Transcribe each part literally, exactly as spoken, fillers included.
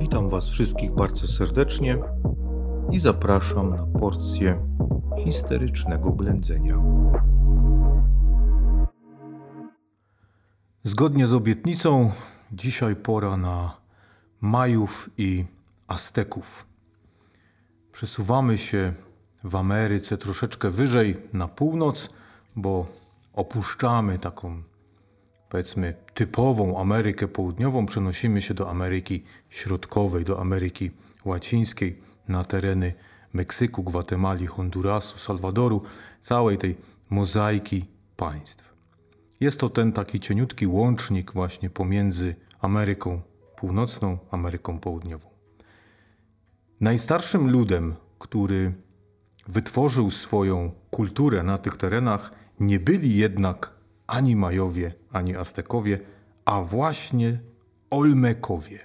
Witam Was wszystkich bardzo serdecznie i zapraszam na porcję histerycznego blędzenia. Zgodnie z obietnicą, dzisiaj pora na Majów i Azteków. Przesuwamy się w Ameryce troszeczkę wyżej na północ, bo opuszczamy taką, powiedzmy, typową Amerykę Południową, przenosimy się do Ameryki Środkowej, do Ameryki Łacińskiej, na tereny Meksyku, Gwatemali, Hondurasu, Salwadoru, całej tej mozaiki państw. Jest to ten taki cieniutki łącznik właśnie pomiędzy Ameryką Północną, Ameryką Południową. Najstarszym ludem, który wytworzył swoją kulturę na tych terenach, nie byli jednak ani Majowie, ani Aztekowie, a właśnie Olmekowie.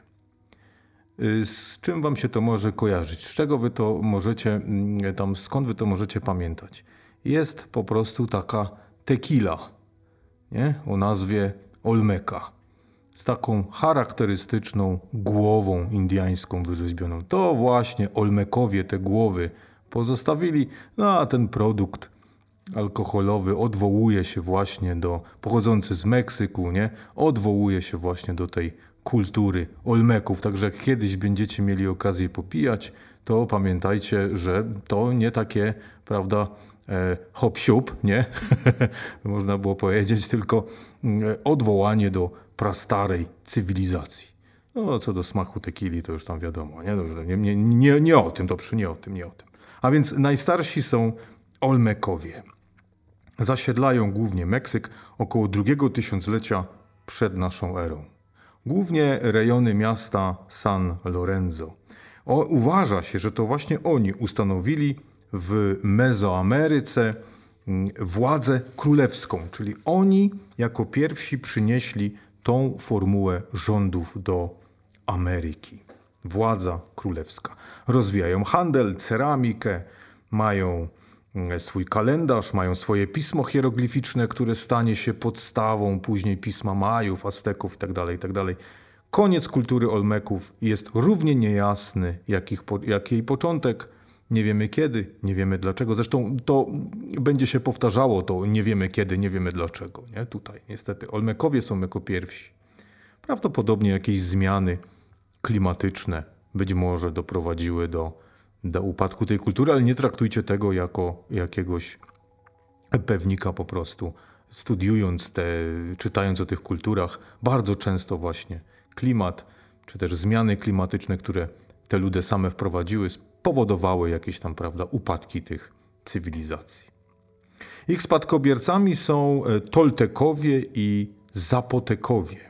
Z czym wam się to może kojarzyć? Z czego wy to możecie, tam skąd wy to możecie pamiętać? Jest po prostu taka tequila, nie? O nazwie Olmeka, z taką charakterystyczną głową indyjską wyrzeźbioną. To właśnie Olmekowie te głowy pozostawili, no a ten produkt alkoholowy odwołuje się właśnie do, pochodzący z Meksyku, nie? Odwołuje się właśnie do tej kultury Olmeków. Także jak kiedyś będziecie mieli okazję popijać, to pamiętajcie, że to nie takie, prawda, e, hop siup, nie? Można było powiedzieć, tylko e, odwołanie do prastarej cywilizacji. No, co do smaku tequili, to już tam wiadomo, nie? Dobrze, nie, nie, nie, nie o tym, dobrze, nie o tym, nie o tym. A więc najstarsi są Olmekowie. Zasiedlają głównie Meksyk około drugiego tysiąclecia przed naszą erą. Głównie rejony miasta San Lorenzo. O, uważa się, że to właśnie oni ustanowili w Mezoameryce władzę królewską, czyli oni jako pierwsi przynieśli tą formułę rządów do Ameryki. Władza królewska. Rozwijają handel, ceramikę, mają swój kalendarz, mają swoje pismo hieroglificzne, które stanie się podstawą później pisma Majów, Azteków itd., itd. Koniec kultury Olmeków jest równie niejasny, jak, ich, jak jej początek. Nie wiemy kiedy, nie wiemy dlaczego. Zresztą to będzie się powtarzało, to nie wiemy kiedy, nie wiemy dlaczego. Nie? Tutaj niestety Olmekowie są jako pierwsi. Prawdopodobnie jakieś zmiany klimatyczne być może doprowadziły do do upadku tej kultury, ale nie traktujcie tego jako jakiegoś pewnika po prostu. Studiując te, czytając o tych kulturach, bardzo często właśnie klimat, czy też zmiany klimatyczne, które te ludy same wprowadziły, spowodowały jakieś tam, prawda, upadki tych cywilizacji. Ich spadkobiercami są Toltekowie i Zapotekowie.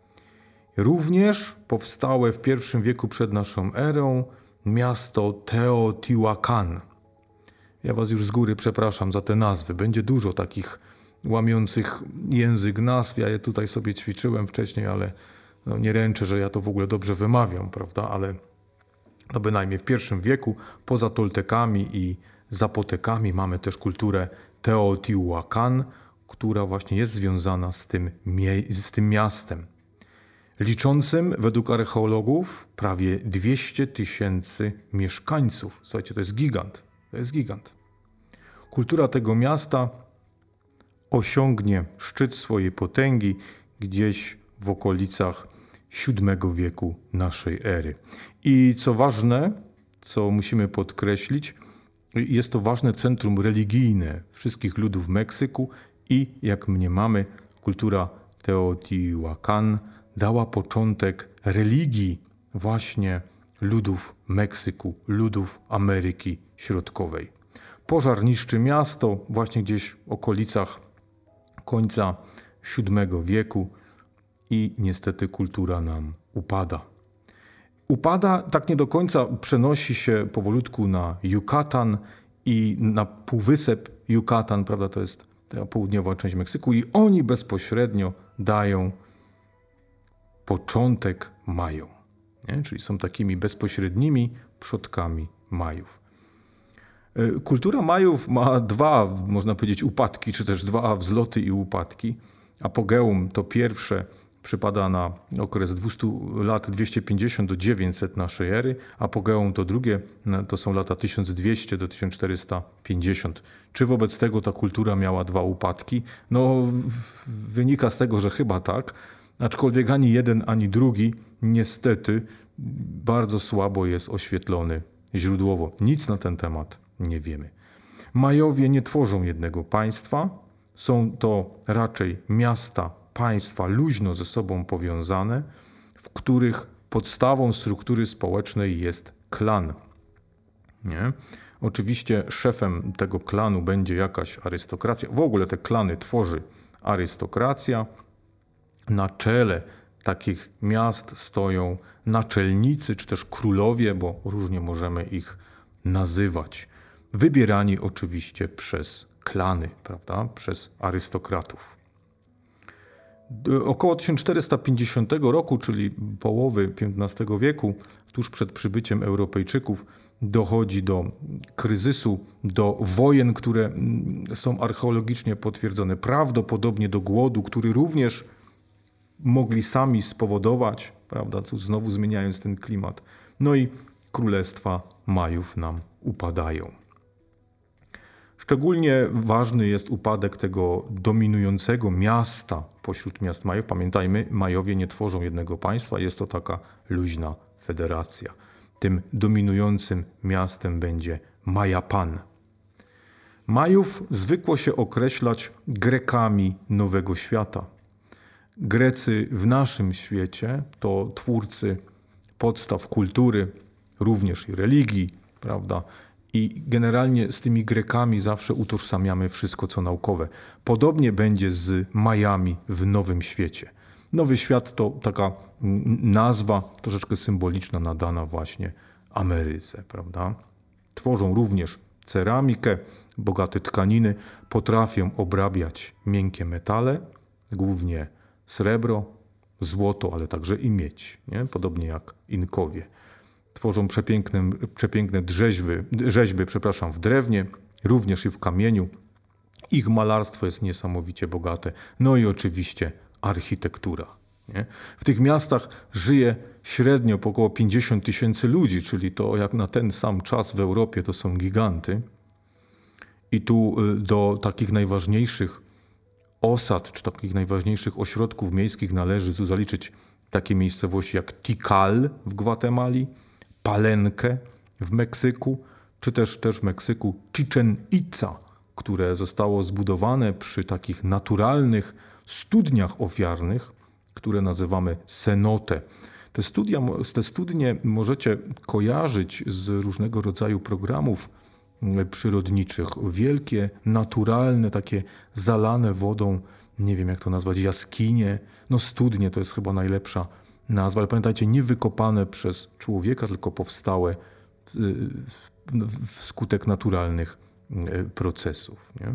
Również powstałe w pierwszym wieku przed naszą erą miasto Teotihuacan. Ja was już z góry przepraszam za te nazwy. Będzie dużo takich łamiących język nazw. Ja je tutaj sobie ćwiczyłem wcześniej, ale no nie ręczę, że ja to w ogóle dobrze wymawiam, prawda? Ale no bynajmniej w pierwszym wieku poza Toltekami i Zapotekami mamy też kulturę Teotihuacan, która właśnie jest związana z tym, z tym miastem. Liczącym według archeologów prawie dwieście tysięcy mieszkańców. Słuchajcie, to jest gigant. To jest gigant. Kultura tego miasta osiągnie szczyt swojej potęgi gdzieś w okolicach siódmego wieku naszej ery. I co ważne, co musimy podkreślić, jest to ważne centrum religijne wszystkich ludów Meksyku i, jak mniemamy, kultura Teotihuacan dała początek religii właśnie ludów Meksyku, ludów Ameryki Środkowej. Pożar niszczy miasto właśnie gdzieś w okolicach końca siódmego wieku i niestety kultura nam upada. Upada, tak nie do końca przenosi się powolutku na Yucatan i na półwysep Yucatan, prawda, to jest ta południowa część Meksyku i oni bezpośrednio dają początek Majom, nie? Czyli są takimi bezpośrednimi przodkami Majów. Kultura Majów ma dwa, można powiedzieć, upadki, czy też dwa wzloty i upadki. Apogeum to pierwsze przypada na okres dwieście lat dwieście pięćdziesiąt do dziewięćset naszej ery, apogeum to drugie to są lata tysiąc dwieście do tysiąc czterysta pięćdziesiąt. Czy wobec tego ta kultura miała dwa upadki? No wynika z tego, że chyba tak, aczkolwiek ani jeden, ani drugi niestety bardzo słabo jest oświetlony źródłowo. Nic na ten temat nie wiemy. Majowie nie tworzą jednego państwa, są to raczej miasta, państwa luźno ze sobą powiązane, w których podstawą struktury społecznej jest klan. Nie? Oczywiście szefem tego klanu będzie jakaś arystokracja. W ogóle te klany tworzy arystokracja. Na czele takich miast stoją naczelnicy, czy też królowie, bo różnie możemy ich nazywać. Wybierani oczywiście przez klany, prawda? Przez arystokratów. Około tysiąc czterysta pięćdziesiątego roku, czyli połowy piętnastego wieku, tuż przed przybyciem Europejczyków, dochodzi do kryzysu, do wojen, które są archeologicznie potwierdzone. Prawdopodobnie do głodu, który również mogli sami spowodować, prawda, tu znowu zmieniając ten klimat. No i królestwa Majów nam upadają. Szczególnie ważny jest upadek tego dominującego miasta pośród miast Majów. Pamiętajmy, Majowie nie tworzą jednego państwa, jest to taka luźna federacja. Tym dominującym miastem będzie Majapan. Majów zwykło się określać Grekami Nowego Świata. Grecy w naszym świecie to twórcy podstaw kultury, również i religii, prawda? I generalnie z tymi Grekami zawsze utożsamiamy wszystko, co naukowe. Podobnie będzie z Majami w Nowym Świecie. Nowy Świat to taka nazwa troszeczkę symboliczna nadana właśnie Ameryce, prawda? Tworzą również ceramikę, bogate tkaniny, potrafią obrabiać miękkie metale, głównie srebro, złoto, ale także i miedź, nie? Podobnie jak Inkowie. Tworzą przepiękne, przepiękne drzeźby, rzeźby przepraszam, w drewnie, również i w kamieniu. Ich malarstwo jest niesamowicie bogate. No i oczywiście architektura. Nie? W tych miastach żyje średnio po około pięćdziesiąt tysięcy ludzi, czyli to jak na ten sam czas w Europie to są giganty. I tu do takich najważniejszych osad, czy takich najważniejszych ośrodków miejskich należy tu zaliczyć takie miejscowości jak Tikal w Gwatemali, Palenkę w Meksyku, czy też, też w Meksyku Chichen Itza, które zostało zbudowane przy takich naturalnych studniach ofiarnych, które nazywamy cenote. Te, studia, te studnie możecie kojarzyć z różnego rodzaju programów przyrodniczych. Wielkie, naturalne, takie zalane wodą, nie wiem jak to nazwać, jaskinie, no studnie to jest chyba najlepsza nazwa, ale pamiętajcie, nie wykopane przez człowieka, tylko powstałe wskutek naturalnych procesów. Nie?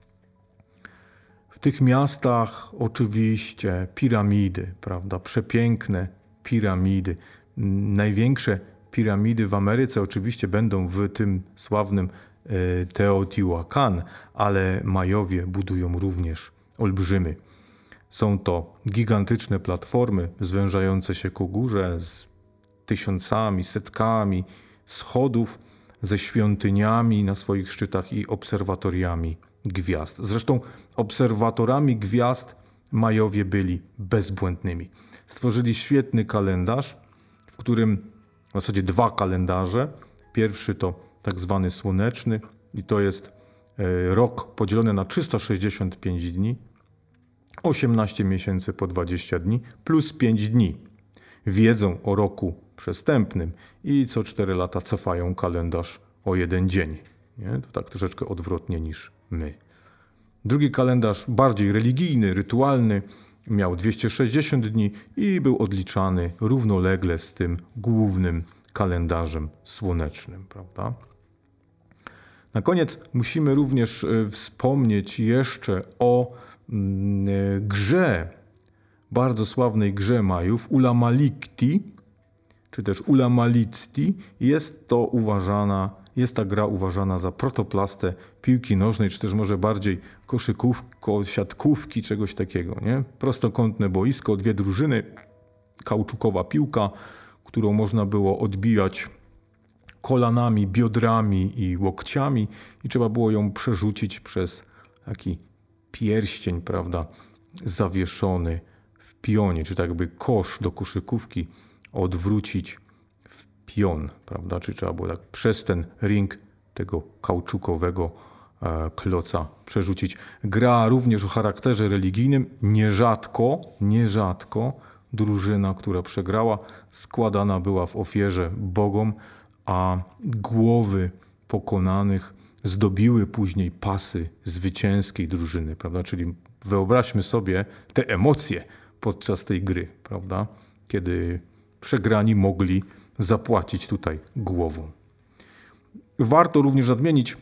W tych miastach oczywiście piramidy, prawda? Przepiękne piramidy. Największe piramidy w Ameryce oczywiście będą w tym sławnym Teotihuacan, ale Majowie budują również olbrzymy. Są to gigantyczne platformy zwężające się ku górze z tysiącami, setkami schodów, ze świątyniami na swoich szczytach i obserwatoriami gwiazd. Zresztą obserwatorami gwiazd Majowie byli bezbłędnymi. Stworzyli świetny kalendarz, w którym w zasadzie dwa kalendarze. Pierwszy to tak zwany słoneczny i to jest rok podzielony na trzysta sześćdziesiąt pięć dni, osiemnaście miesięcy po dwadzieścia dni plus pięć dni. Wiedzą o roku przestępnym i co cztery lata cofają kalendarz o jeden dzień. Nie? To tak troszeczkę odwrotnie niż my. Drugi kalendarz, bardziej religijny, rytualny, miał dwieście sześćdziesiąt dni i był odliczany równolegle z tym głównym kalendarzem słonecznym, prawda? Na koniec musimy również wspomnieć jeszcze o grze, bardzo sławnej grze Majów, Ulamalicti, czy też Ulamalicti. Jest to uważana jest ta gra uważana za protoplastę piłki nożnej, czy też może bardziej koszykówki, siatkówki, czegoś takiego. Nie? Prostokątne boisko, dwie drużyny, kauczukowa piłka, którą można było odbijać kolanami, biodrami i łokciami i trzeba było ją przerzucić przez taki pierścień, prawda, zawieszony w pionie, czy tak jakby kosz do koszykówki odwrócić w pion, prawda, czy trzeba było tak przez ten ring tego kauczukowego e, kloca przerzucić. Gra również o charakterze religijnym, nierzadko, nierzadko drużyna, która przegrała, składana była w ofierze bogom, a głowy pokonanych zdobiły później pasy zwycięskiej drużyny, prawda? Czyli wyobraźmy sobie te emocje podczas tej gry, prawda? Kiedy przegrani mogli zapłacić tutaj głową. Warto również nadmienić,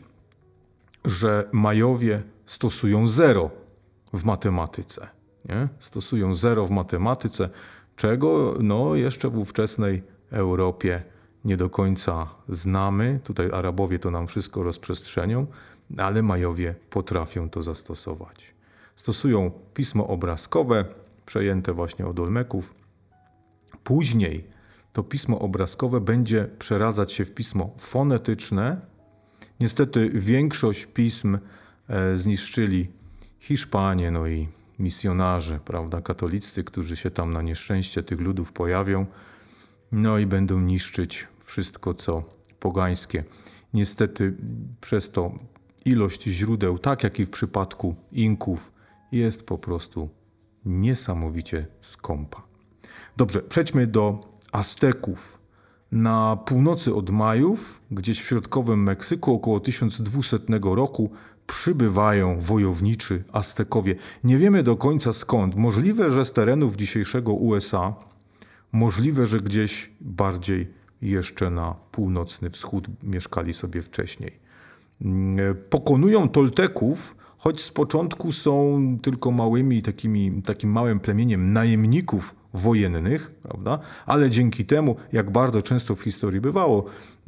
że Majowie stosują zero w matematyce. Nie? Stosują zero w matematyce, czego no, jeszcze w ówczesnej Europie nie do końca znamy. Tutaj Arabowie to nam wszystko rozprzestrzenią, ale Majowie potrafią to zastosować. Stosują pismo obrazkowe, przejęte właśnie od Olmeków. Później to pismo obrazkowe będzie przeradzać się w pismo fonetyczne. Niestety większość pism zniszczyli Hiszpanie, no i misjonarze, prawda, katoliccy, którzy się tam na nieszczęście tych ludów pojawią, no i będą niszczyć wszystko, co pogańskie. Niestety przez to ilość źródeł, tak jak i w przypadku Inków, jest po prostu niesamowicie skąpa. Dobrze, przejdźmy do Azteków. Na północy od Majów, gdzieś w środkowym Meksyku, około tysiąc dwieście roku, przybywają wojowniczy Aztekowie. Nie wiemy do końca skąd. Możliwe, że z terenów dzisiejszego U S A, możliwe, że gdzieś bardziej jeszcze na północny wschód mieszkali sobie wcześniej. Pokonują Tolteków, choć z początku są tylko małymi, takimi, takim małym plemieniem najemników wojennych, prawda? Ale dzięki temu, jak bardzo często w historii bywało,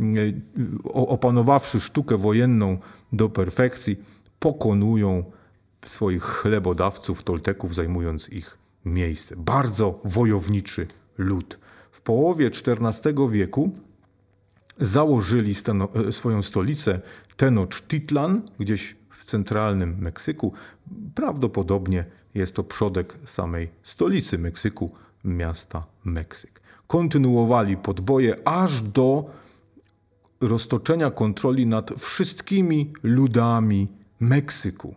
opanowawszy sztukę wojenną do perfekcji, pokonują swoich chlebodawców, Tolteków, zajmując ich miejsce. Bardzo wojowniczy lud. W połowie czternastego wieku założyli stano, swoją stolicę Tenochtitlan, gdzieś w centralnym Meksyku. Prawdopodobnie jest to przodek samej stolicy Meksyku, miasta Meksyk. Kontynuowali podboje aż do roztoczenia kontroli nad wszystkimi ludami Meksyku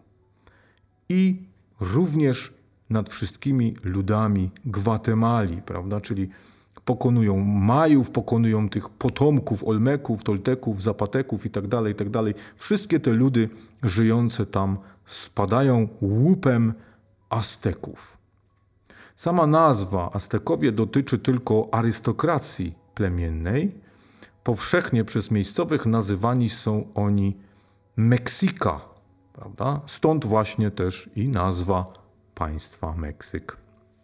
i również nad wszystkimi ludami Gwatemali, prawda? Czyli pokonują Majów, pokonują tych potomków Olmeków, Tolteków, Zapateków i tak dalej, i tak dalej. Wszystkie te ludy żyjące tam spadają łupem Azteków. Sama nazwa Aztekowie dotyczy tylko arystokracji plemiennej. Powszechnie przez miejscowych nazywani są oni Meksika, prawda? Stąd właśnie też i nazwa państwa Meksyk.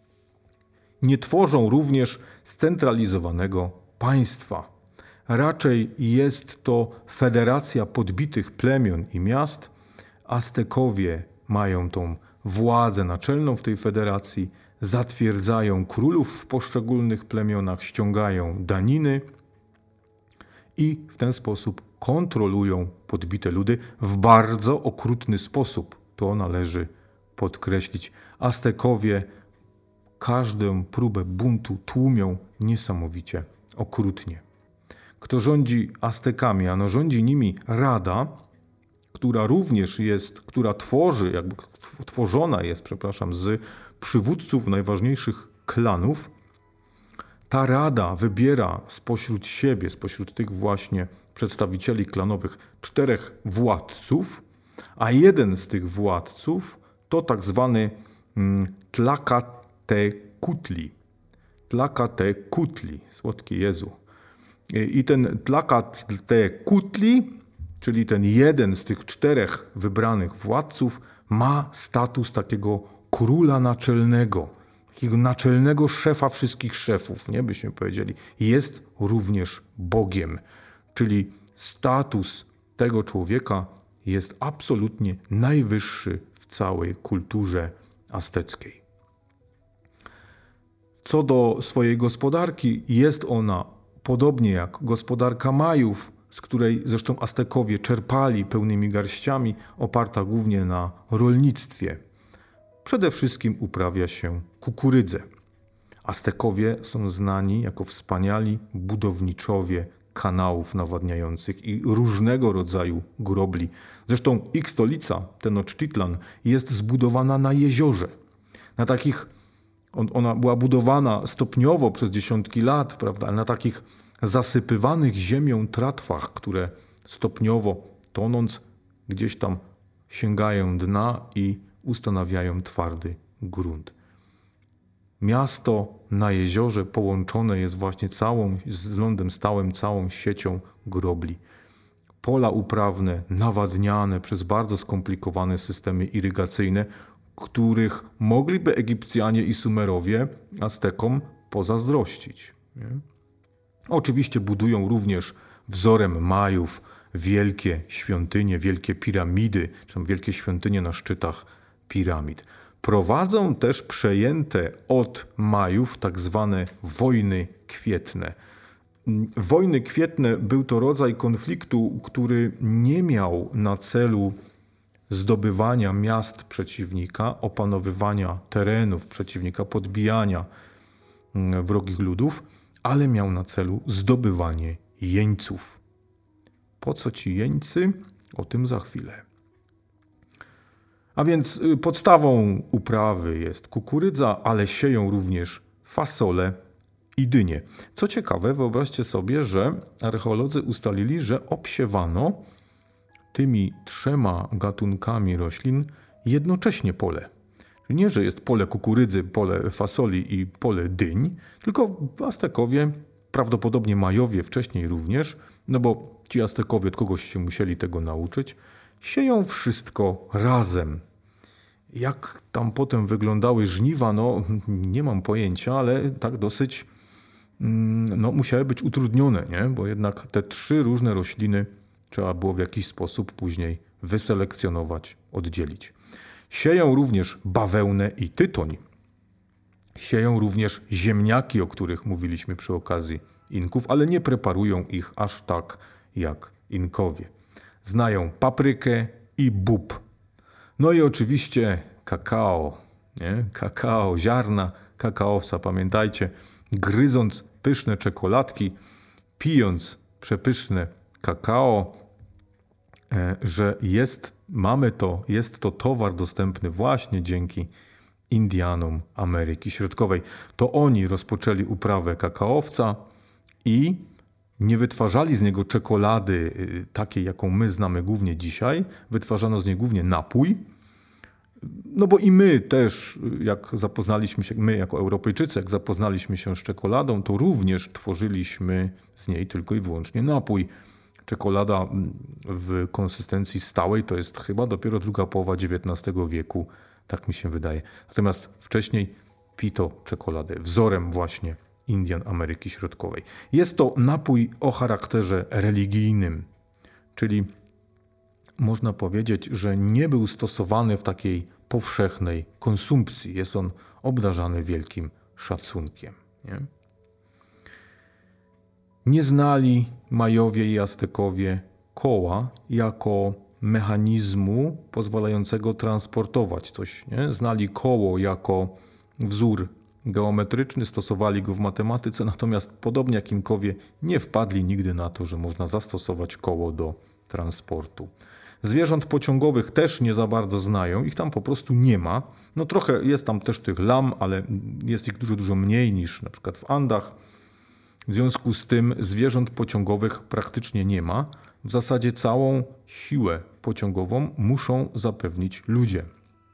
Nie tworzą również scentralizowanego państwa. Raczej jest to federacja podbitych plemion i miast. Aztekowie mają tą władzę naczelną w tej federacji, zatwierdzają królów w poszczególnych plemionach, ściągają daniny i w ten sposób kontrolują podbite ludy w bardzo okrutny sposób. To należy podkreślić. Aztekowie każdą próbę buntu tłumią niesamowicie okrutnie. Kto rządzi Aztekami? Ano rządzi nimi Rada, która również jest, która tworzy, jakby tworzona jest, przepraszam, z przywódców najważniejszych klanów. Ta Rada wybiera spośród siebie, spośród tych właśnie przedstawicieli klanowych czterech władców, a jeden z tych władców to tak zwany Tlacatecutli. Tlacatecutli, słodki Jezu. I ten Tlacatecutli, czyli ten jeden z tych czterech wybranych władców, ma status takiego króla naczelnego, takiego naczelnego szefa wszystkich szefów, nie byśmy powiedzieli. Jest również Bogiem, czyli status tego człowieka jest absolutnie najwyższy w całej kulturze azteckiej. Co do swojej gospodarki, jest ona, podobnie jak gospodarka Majów, z której zresztą Aztekowie czerpali pełnymi garściami, oparta głównie na rolnictwie. Przede wszystkim uprawia się kukurydzę. Aztekowie są znani jako wspaniali budowniczowie kanałów nawadniających i różnego rodzaju grobli. Zresztą ich stolica, Tenochtitlan, jest zbudowana na jeziorze. Na takich, ona była budowana stopniowo przez dziesiątki lat, prawda, ale na takich zasypywanych ziemią tratwach, które stopniowo tonąc gdzieś tam sięgają dna i ustanawiają twardy grunt. Miasto na jeziorze połączone jest właśnie całą, z lądem stałym całą siecią grobli. Pola uprawne nawadniane przez bardzo skomplikowane systemy irygacyjne, których mogliby Egipcjanie i Sumerowie Aztekom pozazdrościć. Nie? Oczywiście budują również wzorem Majów wielkie świątynie, wielkie piramidy, czy tam wielkie świątynie na szczytach piramid. Prowadzą też przejęte od Majów tak zwane wojny kwietne. Wojny kwietne był to rodzaj konfliktu, który nie miał na celu zdobywania miast przeciwnika, opanowywania terenów przeciwnika, podbijania wrogich ludów, ale miał na celu zdobywanie jeńców. Po co ci jeńcy? O tym za chwilę. A więc podstawą uprawy jest kukurydza, ale sieją również fasole i dynie. Co ciekawe, wyobraźcie sobie, że archeolodzy ustalili, że obsiewano tymi trzema gatunkami roślin jednocześnie pole. Czyli nie, że jest pole kukurydzy, pole fasoli i pole dyń, tylko Aztekowie, prawdopodobnie Majowie wcześniej również, no bo ci Aztekowie od kogoś się musieli tego nauczyć, sieją wszystko razem. Jak tam potem wyglądały żniwa, no nie mam pojęcia, ale tak dosyć no, musiały być utrudnione, nie? Bo jednak te trzy różne rośliny trzeba było w jakiś sposób później wyselekcjonować, oddzielić. Sieją również bawełnę i tytoń. Sieją również ziemniaki, o których mówiliśmy przy okazji Inków, ale nie preparują ich aż tak jak Inkowie. Znają paprykę i bób. No i oczywiście kakao, nie? Kakao, ziarna kakaowca. Pamiętajcie, gryząc pyszne czekoladki, pijąc przepyszne kakao, że jest, mamy to, jest to towar dostępny właśnie dzięki Indianom Ameryki Środkowej. To oni rozpoczęli uprawę kakaowca i nie wytwarzali z niego czekolady takiej, jaką my znamy głównie dzisiaj. Wytwarzano z niej głównie napój. No bo i my też, jak zapoznaliśmy się, my jako Europejczycy, jak zapoznaliśmy się z czekoladą, to również tworzyliśmy z niej tylko i wyłącznie napój. Czekolada w konsystencji stałej to jest chyba dopiero druga połowa dziewiętnastego wieku, tak mi się wydaje. Natomiast wcześniej pito czekoladę, wzorem właśnie Indian Ameryki Środkowej. Jest to napój o charakterze religijnym, czyli można powiedzieć, że nie był stosowany w takiej powszechnej konsumpcji. Jest on obdarzany wielkim szacunkiem. Nie? Nie znali Majowie i Aztekowie koła jako mechanizmu pozwalającego transportować coś. Nie? Znali koło jako wzór geometryczny, stosowali go w matematyce, natomiast podobnie jak Inkowie nie wpadli nigdy na to, że można zastosować koło do transportu. Zwierząt pociągowych też nie za bardzo znają, ich tam po prostu nie ma. No trochę jest tam też tych lam, ale jest ich dużo, dużo mniej niż na przykład w Andach. W związku z tym zwierząt pociągowych praktycznie nie ma. W zasadzie całą siłę pociągową muszą zapewnić ludzie.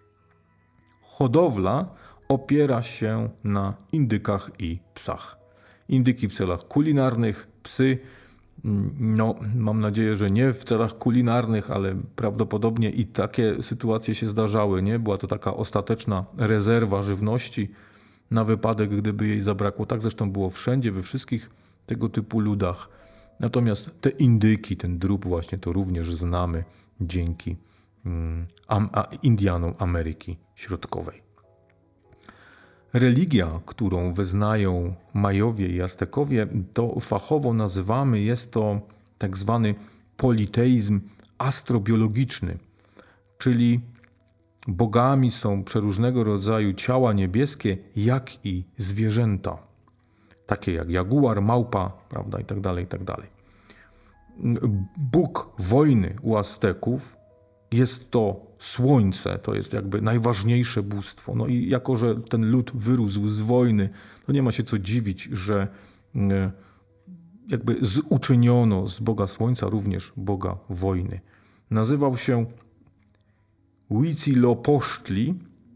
Hodowla opiera się na indykach i psach. Indyki w celach kulinarnych, psy, no mam nadzieję, że nie w celach kulinarnych, ale prawdopodobnie i takie sytuacje się zdarzały, nie? Była to taka ostateczna rezerwa żywności na wypadek, gdyby jej zabrakło. Tak zresztą było wszędzie, we wszystkich tego typu ludach. Natomiast te indyki, ten drób właśnie, to również znamy dzięki Indianom Ameryki Środkowej. Religia, którą wyznają Majowie i Aztekowie, to fachowo nazywamy, jest to tak zwany politeizm astrobiologiczny, czyli bogami są przeróżnego rodzaju ciała niebieskie, jak i zwierzęta, takie jak jaguar, małpa, prawda, i tak dalej, i tak dalej. Bóg wojny u Azteków jest to słońce, to jest jakby najważniejsze bóstwo. No i jako, że ten lud wyrósł z wojny, to nie ma się co dziwić, że jakby zuczyniono z Boga Słońca również Boga wojny. Nazywał się Huitzilopochtli,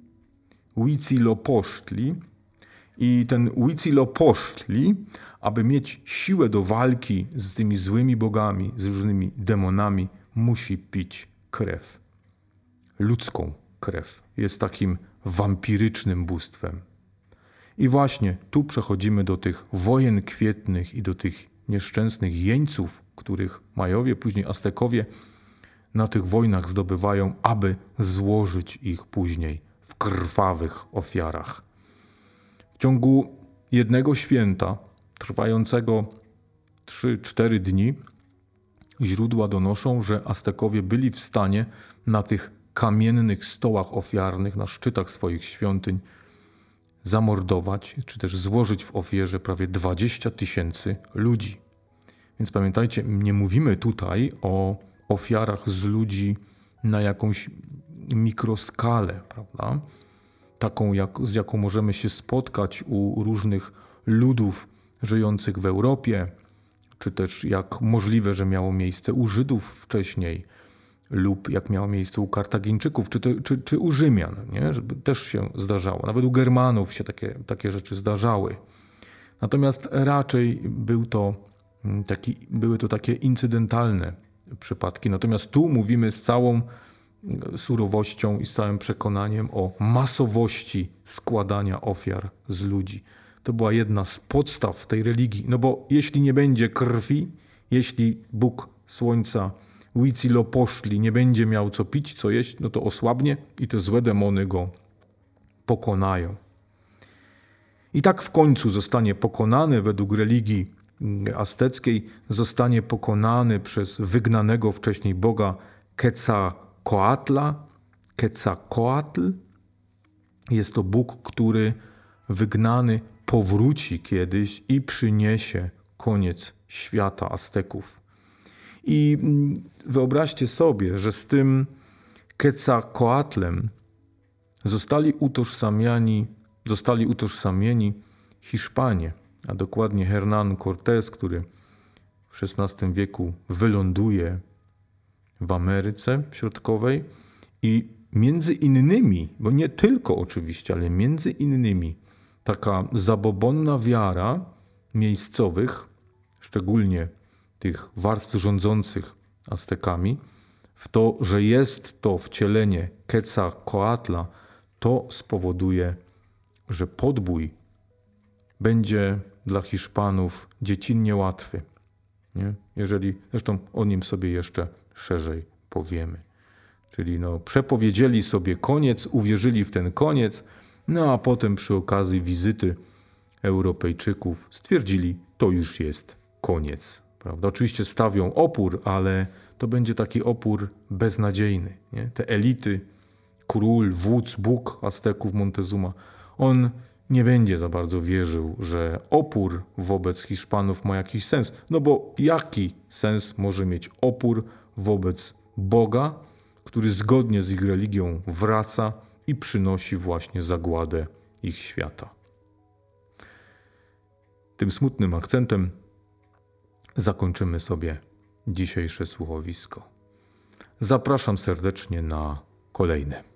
Huitzilopochtli i ten Huitzilopochtli, aby mieć siłę do walki z tymi złymi bogami, z różnymi demonami, musi pić krew. Ludzką krew. Jest takim wampirycznym bóstwem. I właśnie tu przechodzimy do tych wojen kwietnych i do tych nieszczęsnych jeńców, których Majowie, później Aztekowie na tych wojnach zdobywają, aby złożyć ich później w krwawych ofiarach. W ciągu jednego święta, trwającego trzy cztery dni, źródła donoszą, że Aztekowie byli w stanie na tych kamiennych stołach ofiarnych, na szczytach swoich świątyń zamordować, czy też złożyć w ofierze prawie dwadzieścia tysięcy ludzi. Więc pamiętajcie, nie mówimy tutaj o ofiarach z ludzi na jakąś mikroskalę, prawda? Taką, jak, z jaką możemy się spotkać u różnych ludów żyjących w Europie, czy też jak możliwe, że miało miejsce u Żydów wcześniej, lub jak miało miejsce u Kartagińczyków, czy, te, czy, czy u Rzymian, nie? Żeby też się zdarzało. Nawet u Germanów się takie, takie rzeczy zdarzały. Natomiast raczej był to taki, były to takie incydentalne przypadki. Natomiast tu mówimy z całą surowością i z całym przekonaniem o masowości składania ofiar z ludzi. To była jedna z podstaw tej religii. No bo jeśli nie będzie krwi, jeśli Bóg Słońca Huitzilopochtli nie będzie miał co pić, co jeść, no to osłabnie i te złe demony go pokonają. I tak w końcu zostanie pokonany według religii azteckiej, zostanie pokonany przez wygnanego wcześniej boga Quetzalcoatla. Quetzalcoatl jest to Bóg, który wygnany powróci kiedyś i przyniesie koniec świata Azteków. I wyobraźcie sobie, że z tym Quetzalcoatlem zostali utożsamiani, zostali utożsamieni Hiszpanie, a dokładnie Hernán Cortés, który w szesnastym wieku wyląduje w Ameryce Środkowej i między innymi, bo nie tylko oczywiście, ale między innymi taka zabobonna wiara miejscowych, szczególnie tych warstw rządzących Aztekami, w to, że jest to wcielenie Quetzalcoatla, to spowoduje, że podbój będzie dla Hiszpanów dziecinnie łatwy. Nie? Jeżeli, zresztą o nim sobie jeszcze szerzej powiemy. Czyli no, przepowiedzieli sobie koniec, uwierzyli w ten koniec, no a potem przy okazji wizyty Europejczyków stwierdzili, to już jest koniec. Prawda? Oczywiście stawią opór, ale to będzie taki opór beznadziejny. Nie? Te elity, król, wódz, Bóg Azteków Montezuma, on nie będzie za bardzo wierzył, że opór wobec Hiszpanów ma jakiś sens. No bo jaki sens może mieć opór wobec Boga, który zgodnie z ich religią wraca i przynosi właśnie zagładę ich świata. Tym smutnym akcentem zakończymy sobie dzisiejsze słuchowisko. Zapraszam serdecznie na kolejne.